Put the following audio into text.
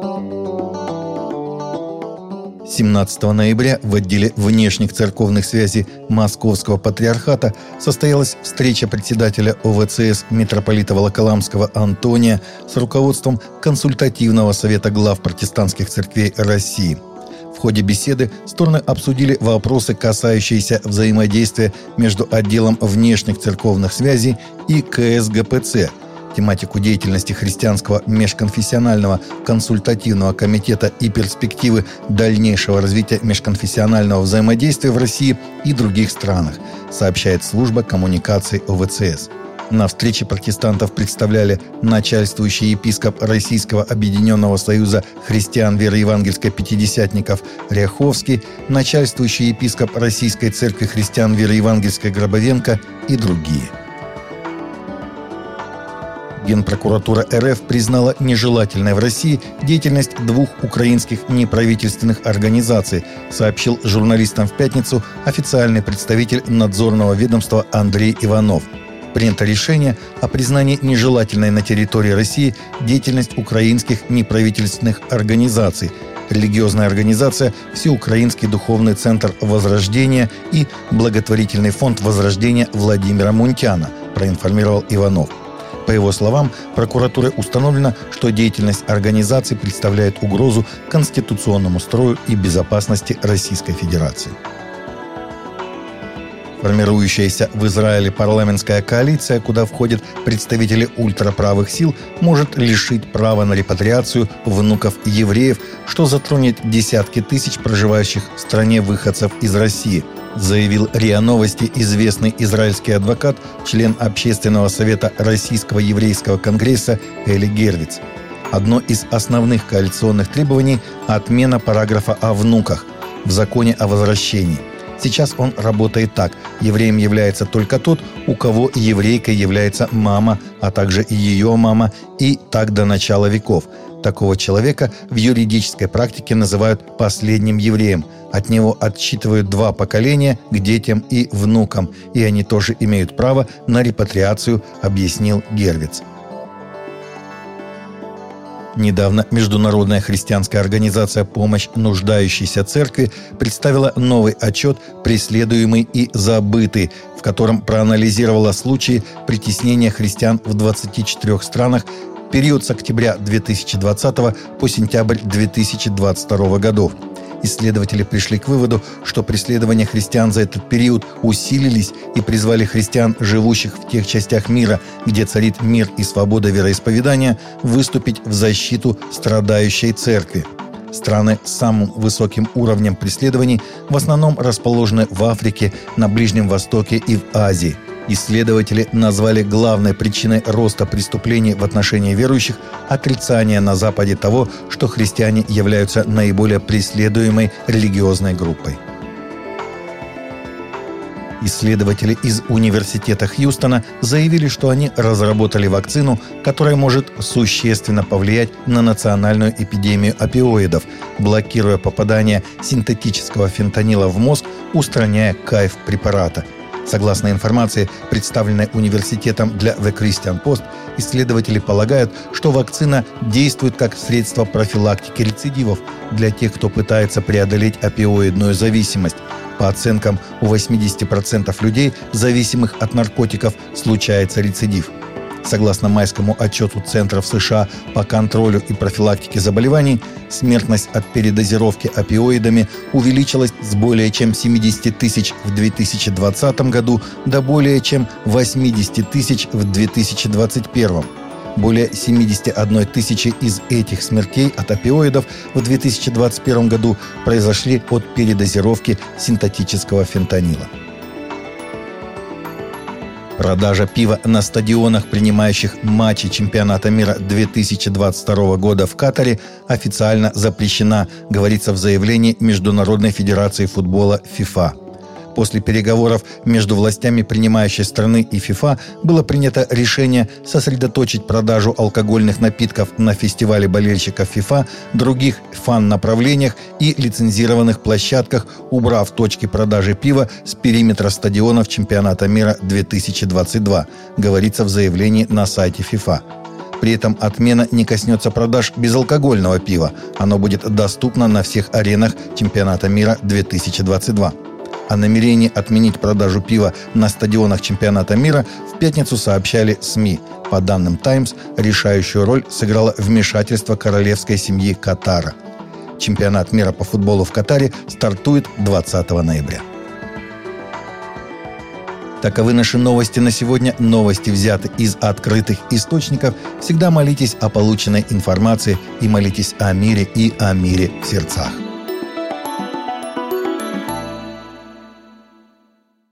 17 ноября в отделе внешних церковных связей Московского патриархата состоялась встреча председателя ОВЦС митрополита Волоколамского Антония с руководством Консультативного совета глав протестантских церквей России. В ходе беседы стороны обсудили вопросы, касающиеся взаимодействия между отделом внешних церковных связей и КСГПЦ, тематику деятельности Христианского межконфессионального консультативного комитета и перспективы дальнейшего развития межконфессионального взаимодействия в России и других странах, сообщает служба коммуникаций ОВЦС. На встрече протестантов представляли начальствующий епископ Российского объединенного союза христиан веры евангельской пятидесятников Ряховский, начальствующий епископ Российской церкви христиан веры евангельской Гробовенко и другие. Генпрокуратура РФ признала нежелательной в России деятельность двух украинских неправительственных организаций, сообщил журналистам в пятницу официальный представитель надзорного ведомства Андрей Иванов. Принято решение о признании нежелательной на территории России деятельность украинских неправительственных организаций, религиозная организация «Всеукраинский духовный центр Возрождения» и благотворительный фонд Возрождения Владимира Мунтяна, проинформировал Иванов. По его словам, прокуратурой установлено, что деятельность организаций представляет угрозу конституционному строю и безопасности Российской Федерации. Формирующаяся в Израиле парламентская коалиция, куда входят представители ультраправых сил, может лишить права на репатриацию внуков евреев, что затронет десятки тысяч проживающих в стране выходцев из России, заявил РИА Новости известный израильский адвокат, член Общественного совета Российского еврейского конгресса Эли Гервиц. Одно из основных коалиционных требований – отмена параграфа о внуках в законе о возвращении. Сейчас он работает так. Евреем является только тот, у кого еврейкой является мама, а также ее мама, и так до начала веков. Такого человека в юридической практике называют последним евреем. От него отсчитывают 2 поколения к детям и внукам, и они тоже имеют право на репатриацию, объяснил Гервиц. Недавно Международная христианская организация «Помощь нуждающейся церкви» представила новый отчет «Преследуемый и забытый», в котором проанализировала случаи притеснения христиан в 24 странах в период с октября 2020 по сентябрь 2022 годов. Исследователи пришли к выводу, что преследования христиан за этот период усилились и призвали христиан, живущих в тех частях мира, где царит мир и свобода вероисповедания, выступить в защиту страдающей церкви. Страны с самым высоким уровнем преследований в основном расположены в Африке, на Ближнем Востоке и в Азии. Исследователи назвали главной причиной роста преступлений в отношении верующих отрицание на Западе того, что христиане являются наиболее преследуемой религиозной группой. Исследователи из Университета Хьюстона заявили, что они разработали вакцину, которая может существенно повлиять на национальную эпидемию опиоидов, блокируя попадание синтетического фентанила в мозг, устраняя кайф препарата. Согласно информации, представленной университетом для The Christian Post, исследователи полагают, что вакцина действует как средство профилактики рецидивов для тех, кто пытается преодолеть опиоидную зависимость. По оценкам, у 80% людей, зависимых от наркотиков, случается рецидив. Согласно майскому отчету Центров США по контролю и профилактике заболеваний, смертность от передозировки опиоидами увеличилась с более чем 70 тысяч в 2020 году до более чем 80 тысяч в 2021. Более 71 тысячи из этих смертей от опиоидов в 2021 году произошли от передозировки синтетического фентанила. Продажа пива на стадионах, принимающих матчи чемпионата мира 2022 года в Катаре, официально запрещена, говорится в заявлении Международной федерации футбола ФИФА. После переговоров между властями принимающей страны и ФИФА было принято решение сосредоточить продажу алкогольных напитков на фестивале болельщиков ФИФА, других фан-направлениях и лицензированных площадках, убрав точки продажи пива с периметра стадионов чемпионата мира 2022, говорится в заявлении на сайте ФИФА. При этом отмена не коснется продаж безалкогольного пива. Оно будет доступно на всех аренах чемпионата мира 2022. О намерении отменить продажу пива на стадионах чемпионата мира в пятницу сообщали СМИ. По данным «Таймс», решающую роль сыграло вмешательство королевской семьи Катара. Чемпионат мира по футболу в Катаре стартует 20 ноября. Таковы наши новости на сегодня. Новости взяты из открытых источников. Всегда молитесь о полученной информации и молитесь о мире и о мире в сердцах.